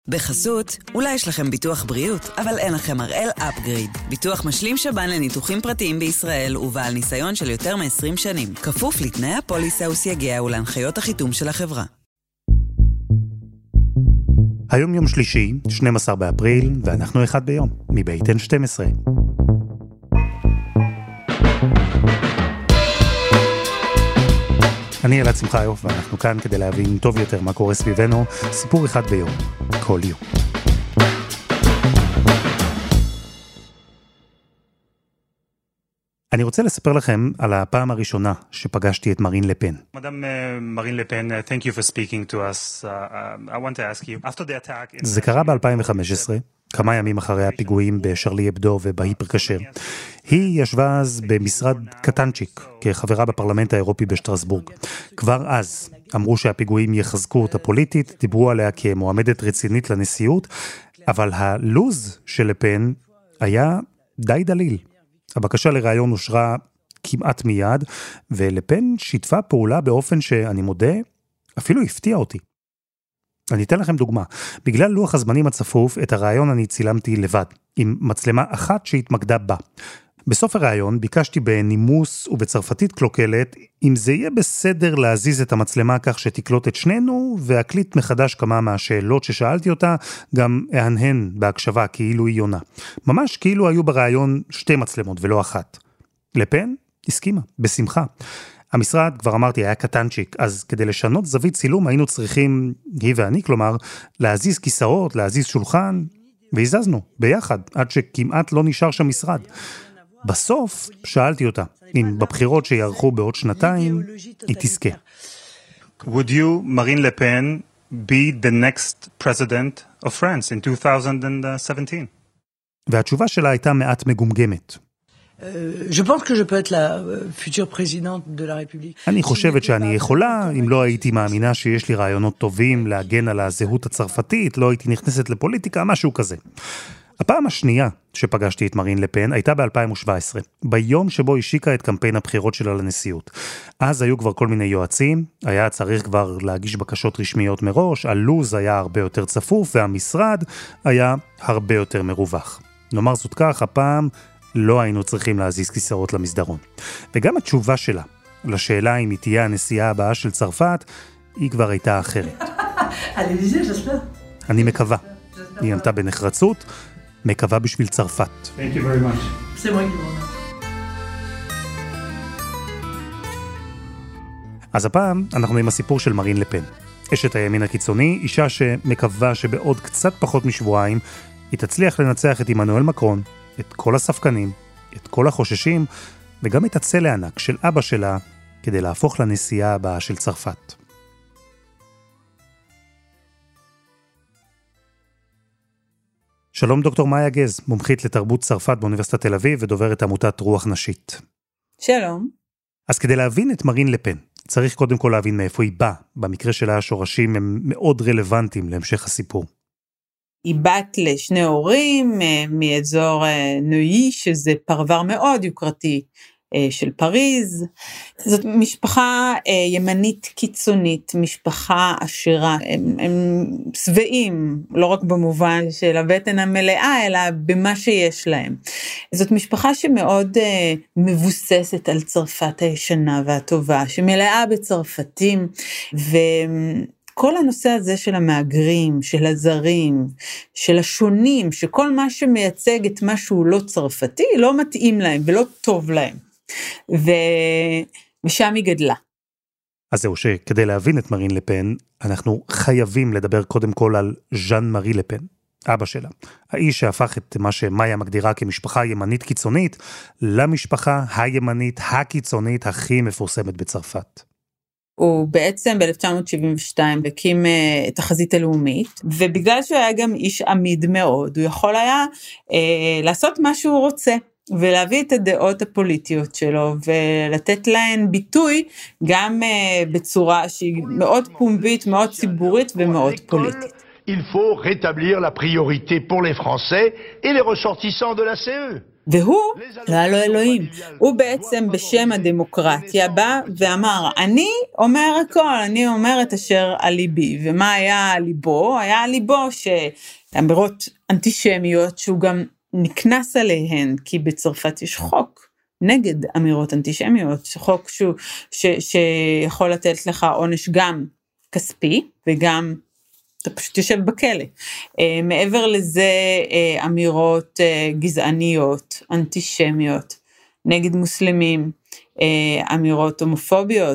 בחסות, אולי יש לכם ביטוח בריאות, אבל אין לכם הראל אפגריד. ביטוח משלים שב"ן לניתוחים פרטיים בישראל ובעל ניסיון של יותר מ-20 שנים. כפוף לתנאי הפוליסה וסייגיה ולהנחיות החיתום של החברה. היום יום שלישי, 12 באפריל, ואנחנו אחד ביום, מבית N12. אני אלעד שמחיוף, ואנחנו כאן כדי להבין טוב יותר מה קורה סביבנו, סיפור אחד ביום, כל יום. אני רוצה לספר לכם על הפעם הראשונה שפגשתי את מרין לפן. Madame Marine Le Pen, thank you for speaking to us. I want to ask you, after the attack... זה קרה ב-2015, כמה ימים אחרי הפיגועים בשרלי אבדו ובהיפר כשר. היא ישבה אז במשרד קטנצ'יק, כחברה בפרלמנט האירופי בשטרסבורג. כבר אז אמרו שהפיגועים יחזקו אותה פוליטית, דיברו עליה כמועמדת רצינית לנשיאות, אבל הלוז של לפן היה די דליל. הבקשה לרעיון אושרה כמעט מיד, ולפן שיתפה פעולה באופן שאני מודה, אפילו הפתיע אותי. אני אתן לכם דוגמה. בגלל לוח הזמנים הצפוף, את הרעיון אני צילמתי לבד, עם מצלמה אחת שהתמקדה בה. בסוף הרעיון ביקשתי בנימוס ובצרפתית קלוקלת, אם זה יהיה בסדר להזיז את המצלמה כך שתקלוט את שנינו, והקליט מחדש כמה מהשאלות ששאלתי אותה, גם ההנהן בהקשבה כאילו היא יונה. ממש כאילו היו ברעיון שתי מצלמות ולא אחת. לפן הסכימה, בשמחה. המשרד, כבר אמרתי, היה קטנצ'יק, אז כדי לשנות זווית צילום היינו צריכים, היא ואני כלומר, להזיז כיסאות, להזיז שולחן, והזזנו ביחד, עד שכמעט לא נשאר שם משרד. בסוף שאלתי אותה, אם בבחירות שיערכו בעוד שנתיים, היא תזכה. Would you, Marine Le Pen, be the next president of France in 2017? והתשובה שלה הייתה מעט מגומגמת. Je pense que je peux être la future présidente de la République. אני חושבת שאני יכולה, אם לא הייתי מאמינה שיש לי רעיונות טובים להגן על הזהות הצרפתית, לא הייתי נכנסת לפוליטיקה, משהו כזה. הפעם השנייה שפגשתי את מרין לפן הייתה ב-2017, ביום שבו השיקה את קמפיין הבחירות שלה לנשיאות. אז היו כבר כל מיני יועצים, היה צריך כבר להגיש בקשות רשמיות מראש, הלוז היה הרבה יותר צפוף, והמשרד היה הרבה יותר מרווח. נאמר זאת כך, הפעם לא היינו צריכים להזיז כיסאות למסדרון. וגם התשובה שלה, לשאלה אם היא תהיה הנשיאה הבאה של צרפת, היא כבר הייתה אחרת. אני מקווה. היא ענתה בנחרצות, מקווה בשביל צרפת. Thank you very much. C'est moi qui vous אז הפעם אנחנו עם הסיפור של מרין לפן. אשת הימין הקיצוני, אישה שמקווה שבעוד קצת פחות משבועיים, היא תצליח לנצח את עמנואל מקרון, את כל הספקנים, את כל החוששים, וגם את הצל הענק של אבא שלה, כדי להפוך לנשיאה הבאה של צרפת. שלום דוקטור מאיה גז, מומחית לתרבות צרפת באוניברסיטת תל אביב ודוברת עמותת רוח נשית. שלום. אז כדי להבין את מרין לפן, צריך קודם כל להבין מאיפה היא באה. במקרה שלה השורשים הם מאוד רלוונטיים להמשך הסיפור. היא בת לשני הורים מאזור נויי, שזה פרבר מאוד יוקרתי של פריז. זאת משפחה ימנית קיצונית, משפחה עשירה. הם שבעים, לא רק במובן של הבטן המלאה, אלא במה שיש להם. זאת משפחה שמאוד מבוססת על צרפת הישנה והטובה, שמלאה בצרפתים, כל הנושא הזה של המאגרים, של הזרים, של השונים, שכל מה שמייצג את משהו לא צרפתי, לא מתאים להם ולא טוב להם. ושם היא גדלה. אז זהו שכדי להבין את מרין לפן, אנחנו חייבים לדבר קודם כל על ז'אן מארי לפן, אבא שלה. האיש שהפך את מה שמאיה מגדירה כמשפחה ימנית קיצונית, למשפחה הימנית הקיצונית הכי מפורסמת בצרפת. הוא בעצם ב-1972 הקים את החזית הלאומית, ובגלל שהוא היה גם איש עמיד מאוד, הוא יכול היה לעשות מה שהוא רוצה, ולהביא את הדעות הפוליטיות שלו, ולתת להן ביטוי גם בצורה שהיא מאוד פומבית, מאוד ציבורית ומאוד פוליטית. Il faut rétablir la priorité pour les Français et les ressortissants de la CE. והוא, לא היה לו אלוהים, הוא בעצם בשם הדמוקרטיה בא ואמר, אני אומר הכל, אני אומר את אשר על ליבי, ומה היה על ליבו? היה על ליבו שאמירות אנטישמיות שהוא גם נכנס עליהן, כי בצרפת יש חוק נגד אמירות אנטישמיות, חוק שיכול לתת לך עונש גם כספי, וגם אתה פשוט יושב בכלא. מעבר לזה, אמירות גזעניות, אנטישמיות, נגד מוסלמים, אמירות הומופוביות,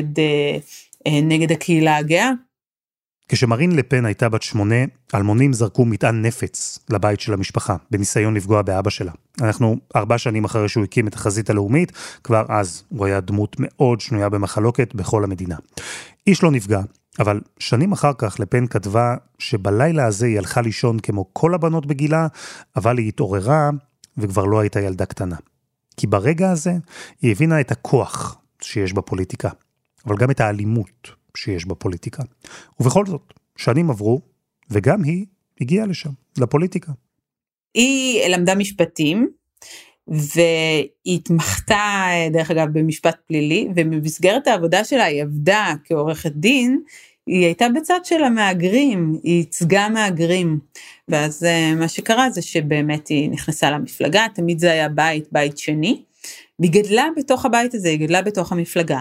נגד הקהילה הגאה. כשמרין לפן הייתה בת 8, אלמונים זרקו מטען נפץ לבית של המשפחה, בניסיון לפגוע באבא שלה. אנחנו 4 שנים אחרי שהוא הקים את החזית הלאומית, כבר אז הוא היה דמות מאוד שנויה במחלוקת בכל המדינה. איש לא נפגע, אבל שנים אחר כך לפן כתבה שבלילה הזה היא הלכה לישון כמו כל הבנות בגילה, אבל היא התעוררה וכבר לא הייתה ילדה קטנה. כי ברגע הזה היא הבינה את הכוח שיש בפוליטיקה, אבל גם את האלימות שיש בפוליטיקה. ובכל זאת, שנים עברו, וגם היא הגיעה לשם, לפוליטיקה. היא למדה משפטים, והיא התמחתה, דרך אגב, במשפט פלילי, ובמסגרת העבודה שלה היא עבדה כעורכת דין, היא הייתה בצד של המאגרים, היא ייצגה מאגרים, ואז מה שקרה זה שבאמת היא נכנסה למפלגה, תמיד זה היה בית שני, והיא גדלה בתוך הבית הזה, היא גדלה בתוך המפלגה,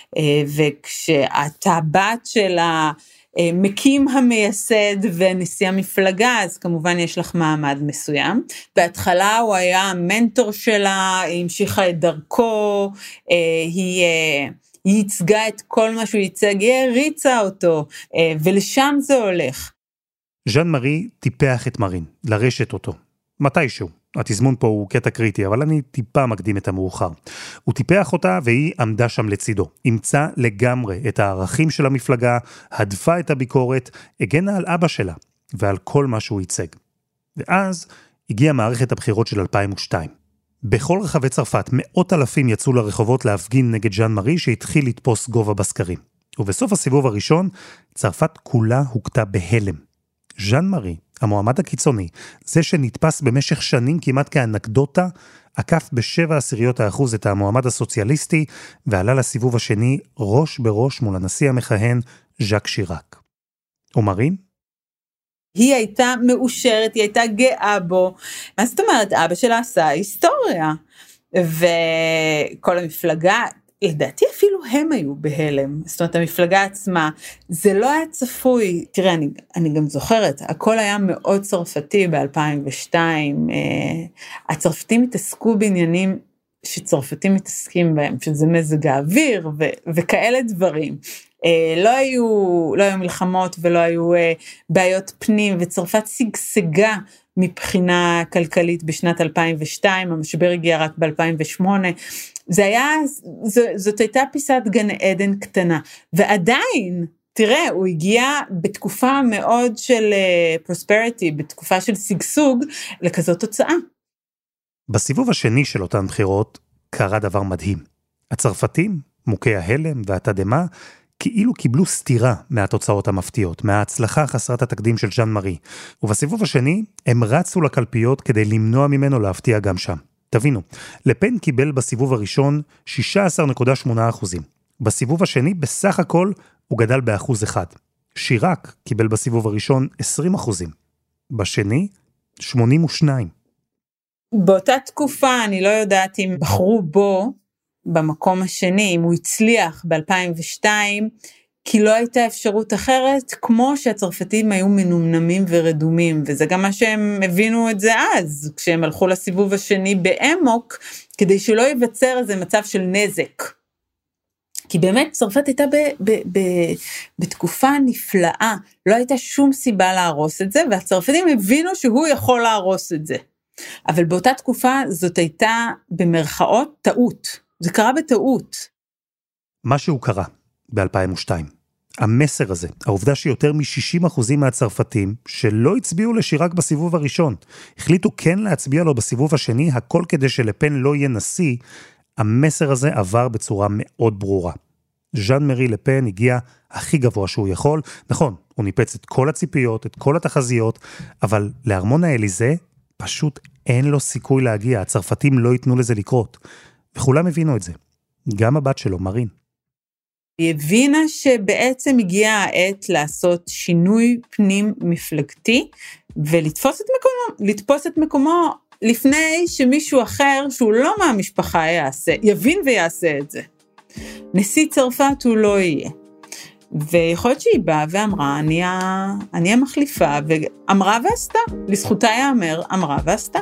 וכשאתה בת של המקים המייסד ונשיא המפלגה, אז כמובן יש לך מעמד מסוים. בהתחלה הוא היה המנטור שלה, היא המשיכה את דרכו, היא ייצגה את כל מה שהוא ייצג, היא הריצה אותו, ולשם זה הולך. ז'אן מארי טיפח את מרין, לרשת אותו, מתישהו. התזמון פה הוא קטע קריטי, אבל אני טיפה מקדים את המאוחר. הוא טיפח אותה והיא עמדה שם לצידו. אימצה לגמרי את הערכים של המפלגה, הדפה את הביקורת, הגנה על אבא שלה ועל כל מה שהוא ייצג. ואז הגיעה מערכת הבחירות של 2002. בכל רחבי צרפת 100,000 יצאו לרחובות להפגין נגד ז'אן מארי שהתחיל לתפוס גובה בסקרים. ובסוף הסיבוב הראשון, צרפת כולה הוקטה בהלם. ז'אן מארי, המועמד הקיצוני, זה שנתפס במשך שנים כמעט כאנקדוטה, עקף ב7/10% את המועמד הסוציאליסטי, ועלה לסיבוב השני ראש בראש מול הנשיא המכהן, ז'אק שיראק. ומרין? היא הייתה מאושרת, היא הייתה גאה בו. מה זאת אומרת? אבא שלה עשה היסטוריה. וכל המפלגה, לדעתי אפילו הם היו בהלם. זאת אומרת, המפלגה עצמה, זה לא היה צפוי. תראה, אני גם זוכרת, הכל היה מאוד צרפתי ב-2002. הצרפתים התעסקו בעניינים שצרפתים מתעסקים בהם, שזה מזג האוויר וכאלה דברים. לא היו מלחמות ולא היו בעיות פנים, וצרפת סגסגה מבחינה כלכלית בשנת 2002, המשבר הגיע רק ב-2008, זאת הייתה פיסת גן עדן קטנה, ועדיין, תראה, הוא הגיע בתקופה מאוד של פרוספריטי, בתקופה של סגסוג, לכזאת תוצאה. בסיבוב השני של אותן בחירות, קרה דבר מדהים. הצרפתים, מוכי ההלם והתדמה, כאילו קיבלו סתירה מהתוצאות המפתיעות, מההצלחה חסרת התקדים של ז'אן מארי. ובסיבוב השני, הם רצו לקלפיות כדי למנוע ממנו להפתיע גם שם. תבינו, לפן קיבל בסיבוב הראשון 16.8%. בסיבוב השני, בסך הכל, הוא גדל ב1%. שיראק קיבל בסיבוב הראשון 20%. בשני, 82%. באותה תקופה, אני לא יודעת אם בחרו בו, במקום השני, אם הוא הצליח ב-2002, כי לא הייתה אפשרות אחרת, כמו שהצרפתים היו מנומנמים ורדומים, וזה גם מה שהם הבינו את זה אז, כשהם הלכו לסיבוב השני באמוק, כדי שלא ייווצר איזה מצב של נזק. כי באמת צרפת הייתה בתקופה נפלאה, לא הייתה שום סיבה להרוס את זה, והצרפתים הבינו שהוא יכול להרוס את זה. אבל באותה תקופה זאת הייתה במרכאות טעות. זה קרה בטעות. משהו קרה ב-2002. המסר הזה, העובדה שיותר מ-60% מהצרפתים שלא הצביעו לשיראק בסיבוב הראשון, החליטו כן להצביע לו בסיבוב השני, הכל כדי שלפן לא יהיה נשיא, המסר הזה עבר בצורה מאוד ברורה. ז'אן מארי לפן הגיע הכי גבוה שהוא יכול, נכון, הוא ניפץ את כל הציפיות, את כל התחזיות, אבל לארמון האליזה פשוט אין לו סיכוי להגיע, הצרפתים לא ייתנו לזה לקרות. וכולם הבינו את זה. גם הבת שלו, מרין. היא הבינה שבעצם הגיעה העת לעשות שינוי פנים מפלגתי, ולתפוס את מקומו לפני שמישהו אחר, שהוא לא מהמשפחה יבין ויעשה את זה. נשיא צרפת הוא לא יהיה. ויכול להיות שהיא באה ואמרה, אני המחליפה, ואמרה ועשתה. לזכותה יאמר, אמרה ועשתה.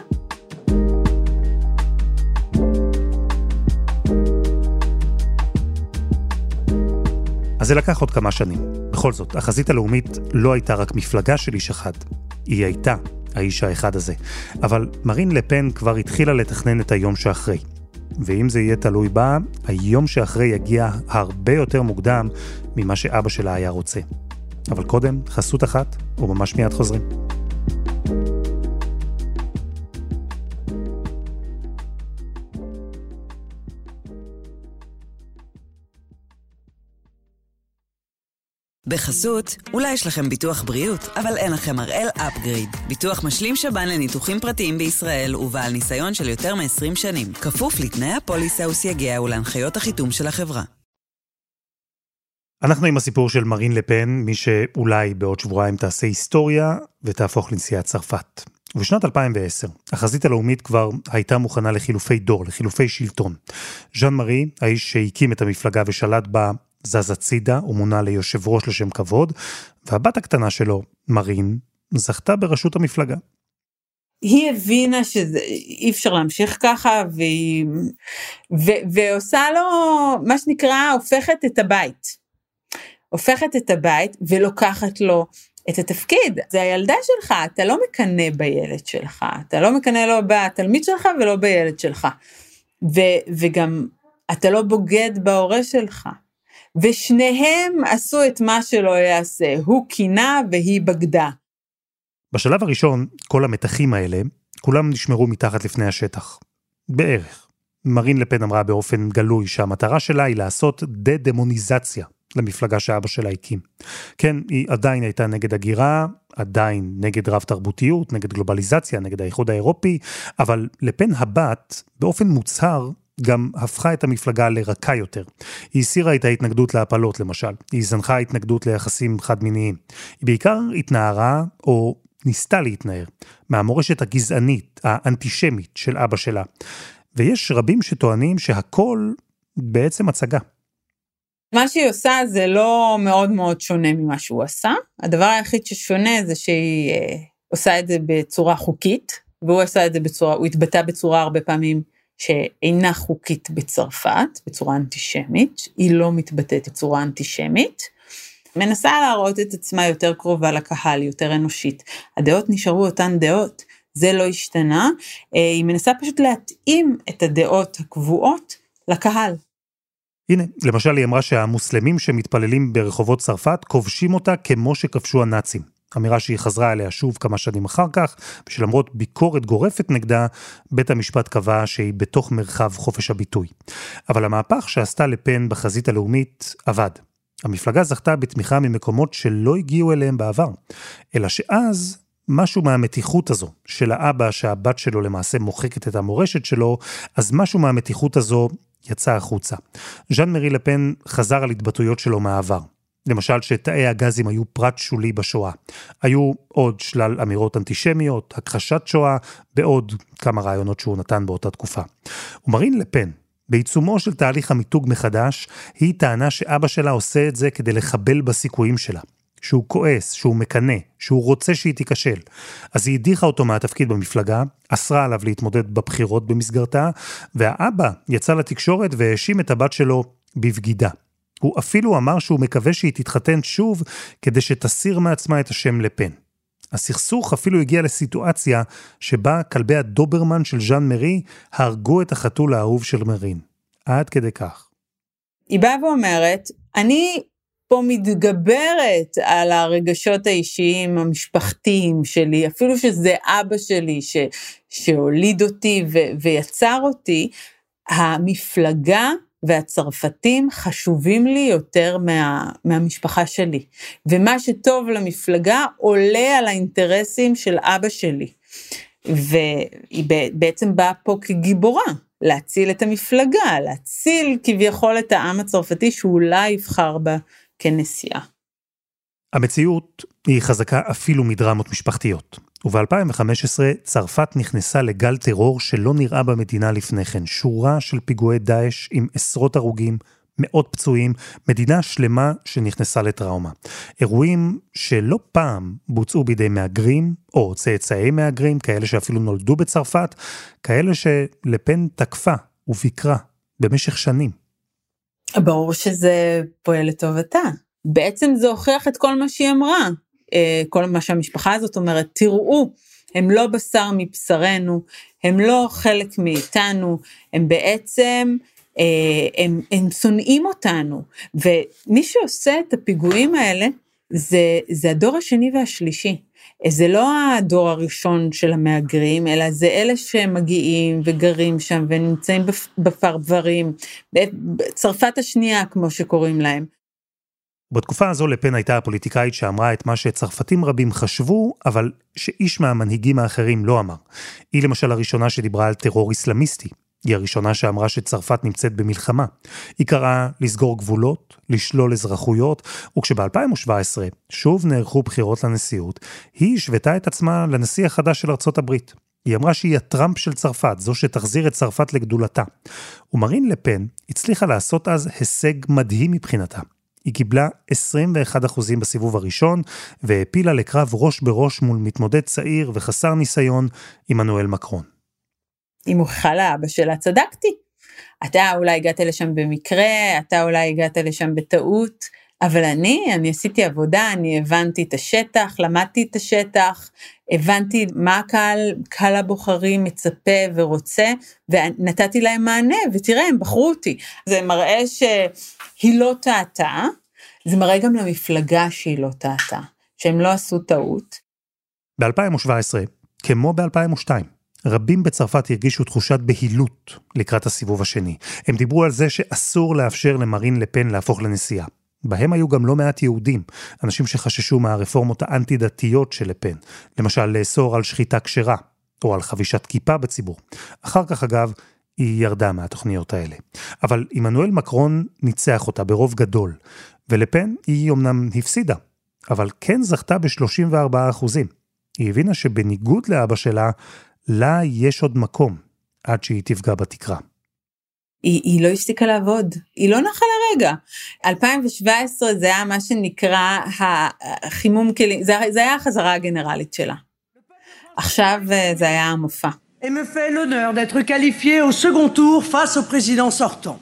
אז זה לקח עוד כמה שנים. בכל זאת, החזית הלאומית לא הייתה רק מפלגה של איש אחד. היא הייתה האיש האחד הזה. אבל מרין לפן כבר התחילה לתכנן את היום שאחרי. ואם זה יהיה תלוי בה, היום שאחרי יגיע הרבה יותר מוקדם ממה שאבא שלה היה רוצה. אבל קודם, חסות אחת, וממש מיד חוזרים. בחסות, אולי יש לכם ביטוח בריאות, אבל אין לכם הראל אפגריד. ביטוח משלים שב"ן לניתוחים פרטיים בישראל ובעל ניסיון של יותר מ-20 שנים. כפוף לתנאי הפוליסה וסייגיה ולהנחיות החיתום של החברה. אנחנו עם הסיפור של מרין לפן, מי שאולי בעוד שבועיים תעשה היסטוריה ותהפוך לנשיאת צרפת. ובשנת 2010, החזית הלאומית כבר הייתה מוכנה לחילופי דור, לחילופי שלטון. ז'אן מארי, האיש שהקים את המפלגה ושלט בה, זז הצידה ומונה ליושב ראש לשם כבוד, והבת הקטנה שלו, מרין, זכתה בראשות המפלגה. היא הבינה שאי אפשר להמשיך ככה, ועושה לו, מה שנקרא, הופכת את הבית, ולוקחת לו את התפקיד. זה הילדה שלך, אתה לא מקנה בילד שלך, אתה לא מקנה לו בתלמיד שלך ולא בילד שלך, וגם אתה לא בוגד בהורה שלך. ושניהם עשו את מה שלא יעשה, הוא קינה והיא בגדה. בשלב הראשון, כל המתחים האלה, כולם נשמרו מתחת לפני השטח. בערך. מרין לפן אמרה באופן גלוי שהמטרה שלה היא לעשות דה-דמוניזציה למפלגה שאבא שלה הקים. כן, היא עדיין הייתה נגד הגירה, עדיין נגד רב תרבותיות, נגד גלובליזציה, נגד האיחוד האירופי, אבל לפן הבת, באופן מוצהר, גם הפכה את המפלגה לרכה יותר. היא הסירה את ההתנגדות להפלות, למשל. היא זנחה התנגדות ליחסים חד-מיניים. היא בעיקר התנערה, או ניסתה להתנער, מהמורשת הגזענית, האנטישמית של אבא שלה. ויש רבים שטוענים שהכל בעצם הצגה. מה שהיא עושה זה לא מאוד מאוד שונה ממה שהוא עשה. הדבר היחיד ששונה זה שהיא עושה את זה בצורה חוקית, והוא עשה את זה הוא התבטא בצורה הרבה פעמים שאינה חוקית בצרפת, בצורה אנטישמית, היא לא מתבטאת בצורה אנטישמית, מנסה להראות את עצמה יותר קרובה לקהל, יותר אנושית. הדעות נשארו אותן דעות, זה לא השתנה, היא מנסה פשוט להתאים את הדעות הקבועות לקהל. הנה, למשל היא אמרה שהמוסלמים שמתפללים ברחובות צרפת כובשים אותה כמו שכבשו הנאצים. אמירה שהיא חזרה עליה שוב כמה שנים אחר כך, ושלמרות ביקורת גורפת נגדה, בית המשפט קבע שהיא בתוך מרחב חופש הביטוי. אבל המהפך שעשתה לפן בחזית הלאומית עבד. המפלגה זכתה בתמיכה ממקומות שלא הגיעו אליהם בעבר, אלא שאז משהו מהמתיחות הזו של האבא שהבת שלו למעשה מוחקת את המורשת שלו, אז משהו מהמתיחות הזו יצא החוצה. ז'אן מארי לפן חזר על התבטאויות שלו מהעבר. למשל שתאי הגזים היו פרט שולי בשואה. היו עוד שלל אמירות אנטישמיות, הכחשת שואה, בעוד כמה רעיונות שהוא נתן באותה תקופה. ומרין לפן, בעיצומו של תהליך המיתוג מחדש, היא טענה שאבא שלה עושה את זה כדי לחבל בסיכויים שלה. שהוא כועס, שהוא מקנה, שהוא רוצה שהיא תיכשל. אז היא הדיחה אותו מהתפקיד במפלגה, אסרה עליו להתמודד בבחירות במסגרתה, והאבא יצא לתקשורת והאשים את הבת שלו בבגידה. הוא אפילו אמר שהוא מקווה שהיא תתחתן שוב, כדי שתסיר מעצמה את השם לפן. הסכסוך אפילו הגיע לסיטואציה שבה כלבי הדוברמן של ז'אן מארי הרגו את החתול האהוב של מרין. עד כדי כך. היא באה ואומרת, אני פה מתגברת על הרגשות האישיים, המשפחתיים שלי, אפילו שזה אבא שלי שהוליד אותי ויצר אותי, המפלגה והצרפתים חשובים לי יותר מהמשפחה שלי. ומה שטוב למפלגה עולה על האינטרסים של אבא שלי. והיא בעצם באה פה כגיבורה, להציל את המפלגה, להציל כביכול את העם הצרפתי, שאולי יבחר בה כנשיאה. המציאות היא חזקה אפילו מדרמות משפחתיות. וב-2015 צרפת נכנסה לגל טרור שלא נראה במדינה לפני כן. שורה של פיגועי דאעש עם עשרות הרוגים, מאות פצועים, מדינה שלמה שנכנסה לטראומה. אירועים שלא פעם בוצעו בידי מהגרים, או צאצאי מהגרים, כאלה שאפילו נולדו בצרפת, כאלה שלפן תקפה וביקרה במשך שנים. ברור שזה פועל לטובתה. בעצם זה הוכיח את כל מה שהיא אמרה. כל מה שהמשפחה הזאת אומרת, תראו, הם לא בשר מבשרנו, הם לא חלק מאיתנו, הם בעצם, הם שונאים אותנו, ומי שעושה את הפיגועים האלה, זה הדור השני והשלישי, זה לא הדור הראשון של המהגרים, אלא זה אלה שמגיעים וגרים שם, ונמצאים בפרברים, בצרפת השנייה כמו שקוראים להם. בתקופה הזו לפן הייתה הפוליטיקאית שאמרה את מה שצרפתים רבים חשבו, אבל שאיש מהמנהיגים האחרים לא אמר. היא למשל הראשונה שדיברה על טרור איסלאמיסטי. היא הראשונה שאמרה שצרפת נמצאת במלחמה. היא קראה לסגור גבולות, לשלול אזרחויות, וכשב-2017 שוב נערכו בחירות לנשיאות, היא השוותה את עצמה לנשיא החדש של ארצות הברית. היא אמרה שהיא הטראמפ של צרפת, זו שתחזיר את צרפת לגדולתה. ומרין לפן הצליחה לעשות אז הישג מדהים מבחינתה. היא קיבלה 21% בסיבוב הראשון, והפילה לקרב ראש בראש מול מתמודד צעיר וחסר ניסיון, עמנואל מקרון. היא מוכיחה לאבא שלה, צדקתי. אתה אולי הגעת לשם במקרה, אתה אולי הגעת לשם בטעות, אבל אני עשיתי עבודה, אני הבנתי את השטח, למדתי את השטח, הבנתי מה קהל הבוחרים מצפה ורוצה, ונתתי להם מענה, ותראה, הם בחרו אותי. זה מראה שהיא לא טעתה, זה מראה גם למפלגה שהיא לא טעתה, שהם לא עשו טעות. ב-2017, כמו ב-2002, רבים בצרפת הרגישו תחושת בהילות לקראת הסיבוב השני. הם דיברו על זה שאסור לאפשר למרין לפן להפוך לנשיאה. בהם היו גם לא מעט יהודים, אנשים שחששו מהרפורמות האנטי-דתיות של לפן, למשל לאסור על שחיטה כשרה, או על חבישת כיפה בציבור. אחר כך אגב, היא ירדה מהתוכניות האלה. אבל עמנואל מקרון ניצח אותה ברוב גדול, ולפן היא אמנם הפסידה, אבל כן זכתה ב-34%. היא הבינה שבניגוד לאבא שלה, לה יש עוד מקום, עד שהיא תפגע בתקרה. היא לא הפסיקה לעבוד, היא לא נחה לרגע. 2017 זה היה מה שנקרא החימום כלים, זה היה החזרה הגנרלית שלה. עכשיו זה היה המופע. Et me fait l'honneur d'être qualifié au second tour face au président sortant.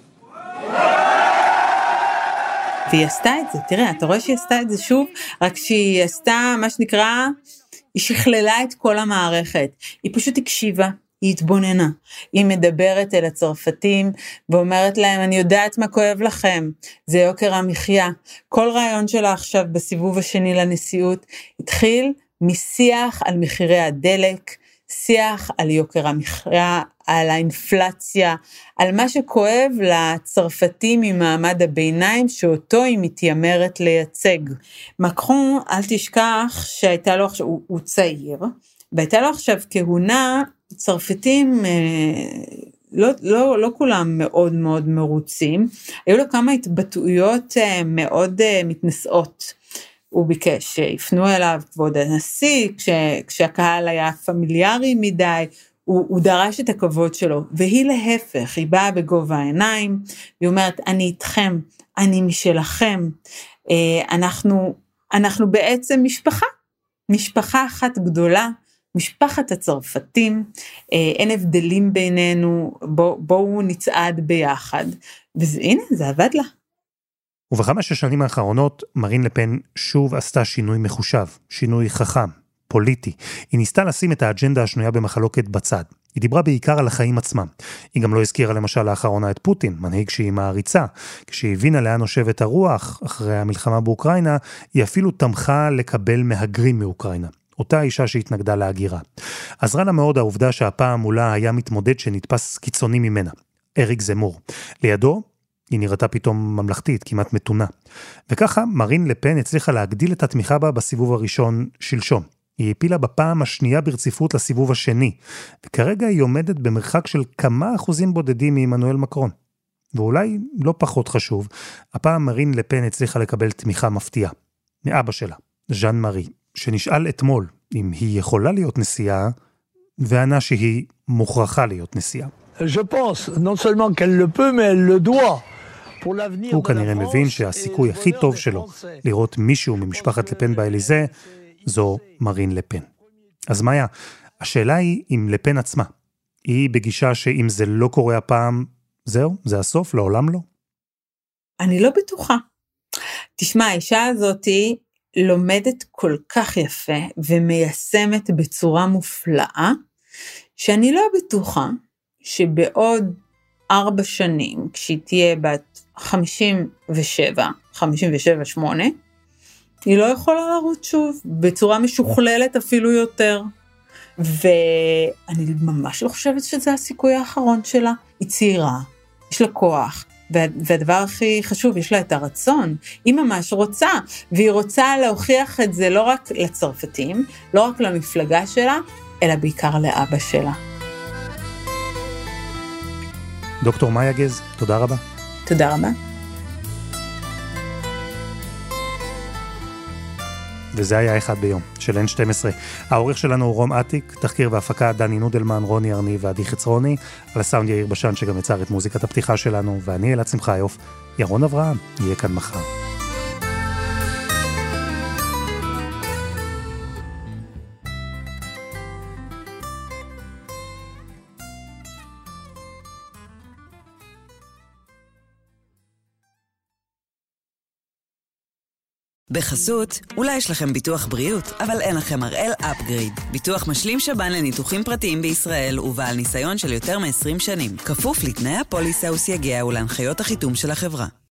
והיא עשתה את זה, תראה, אתה רואה שהיא עשתה את זה שוב, רק שהיא עשתה מה שנקרא, היא שכללה את כל המערכת, היא פשוט הקשיבה, היא התבוננה, היא מדברת אל הצרפתים, ואומרת להם, אני יודעת מה כואב לכם, זה יוקר המחיה, כל רעיון שלה עכשיו בסיבוב השני לנשיאות, התחיל משיח על מחירי הדלק, שיח על יוקר המחיה, על האינפלציה, על מה שכואב לצרפתים ממעמד הביניים, שאותו היא מתיימרת לייצג. מקרון, אל תשכח שהייתה לו עכשיו, הוא צעיר, והייתה לו עכשיו כהונה, צרפתים לא כולם מאוד מאוד מרוצים, היו לו כמה התבטאויות מאוד מתנשאות, הוא ביקש שיפנו אליו כבוד הנשיא, כשהקהל היה פמיליארי מדי, הוא דרש את הכבוד שלו, והיא להפך, היא באה בגובה העיניים, היא אומרת, אני איתכם, אני משלכם, אנחנו בעצם משפחה אחת גדולה, משפחת הצרפתים, אין הבדלים בינינו, בואו נצעד ביחד, והנה, זה עבד לה. ובחמש השנים האחרונות, מרין לפן שוב עשתה שינוי מחושב, שינוי חכם, פוליטי. היא ניסתה לשים את האג'נדה השנויה במחלוקת בצד. היא דיברה בעיקר על החיים עצמם. היא גם לא הזכירה למשל לאחרונה את פוטין, מנהיג שהיא מעריצה. כשהיא הבינה לאן נושבת הרוח, אחרי המלחמה באוקראינה, היא אפילו תמכה לקבל מהגרים מאוקראינה. אותה אישה שהתנגדה להגירה. עזרה לה מאוד העובדה שהפעם מולה היה מתמודד שנתפס קיצוני ממנה, אריק זמור. לידו, היא נראתה פתאום ממלכתית, כמעט מתונה. וככה מרין לפן הצליחה להגדיל את התמיכה בה בסיבוב הראשון שלשום. היא הפילה בפעם השנייה ברציפות לסיבוב השני, וכרגע היא עומדת במרחק של כמה אחוזים בודדים מעמנואל מקרון. ואולי לא פחות חשוב, הפעם מרין לפן הצליחה לקבל תמיכה מפתיעה, מאבא שלה, ז'אן מארי, שנשאל אתמול אם היא יכולה להיות נשיאה, וענה שהיא מוכרחה להיות נשיאה. Je pense, non seulement qu'elle le peut, mais elle le doit. הוא כנראה מבין שהסיכוי הכי טוב שלו לראות מישהו ממשפחת לפן באליזה, זו מרין לפן. אז מאיה, השאלה היא אם לפן עצמה. היא בגישה שאם זה לא קורה הפעם, זהו, זה הסוף, לעולם לא? אני לא בטוחה. תשמע, האישה הזאת לומדת כל כך יפה ומיישמת בצורה מופלאה, שאני לא בטוחה שבעוד 4 שנים, כשהיא תהיה בת 57, 57-8, היא לא יכולה לרוץ שוב, בצורה משוכללת אפילו יותר. ואני ממש לא חושבת שזה הסיכוי האחרון שלה. היא צעירה, יש לה כוח, והדבר הכי חשוב, יש לה את הרצון. היא ממש רוצה, והיא רוצה להוכיח את זה לא רק לצרפתים, לא רק למפלגה שלה, אלא בעיקר לאבא שלה. דוקטור מאיה גז, תודה רבה. תודה רבה. וזה היה אחד ביום, של N12. העורך שלנו הוא רום עתיק, תחקיר והפקה דני נודלמן, רוני ארני ועדי חצרוני, על הסאונד יאיר בשן שגם יצר את מוזיקת הפתיחה שלנו, ואני אלעד שמחיוף, ירון אברהם, יהיה כאן מחר. בחסות, אולי יש לכם ביטוח בריאות, אבל אין לכם הראל אפגריד. ביטוח משלים שב"ן לניתוחים פרטיים בישראל ובעל ניסיון של יותר מ-20 שנים. כפוף לתנאי הפוליסה וסייגיה ולהנחיות החיתום של החברה.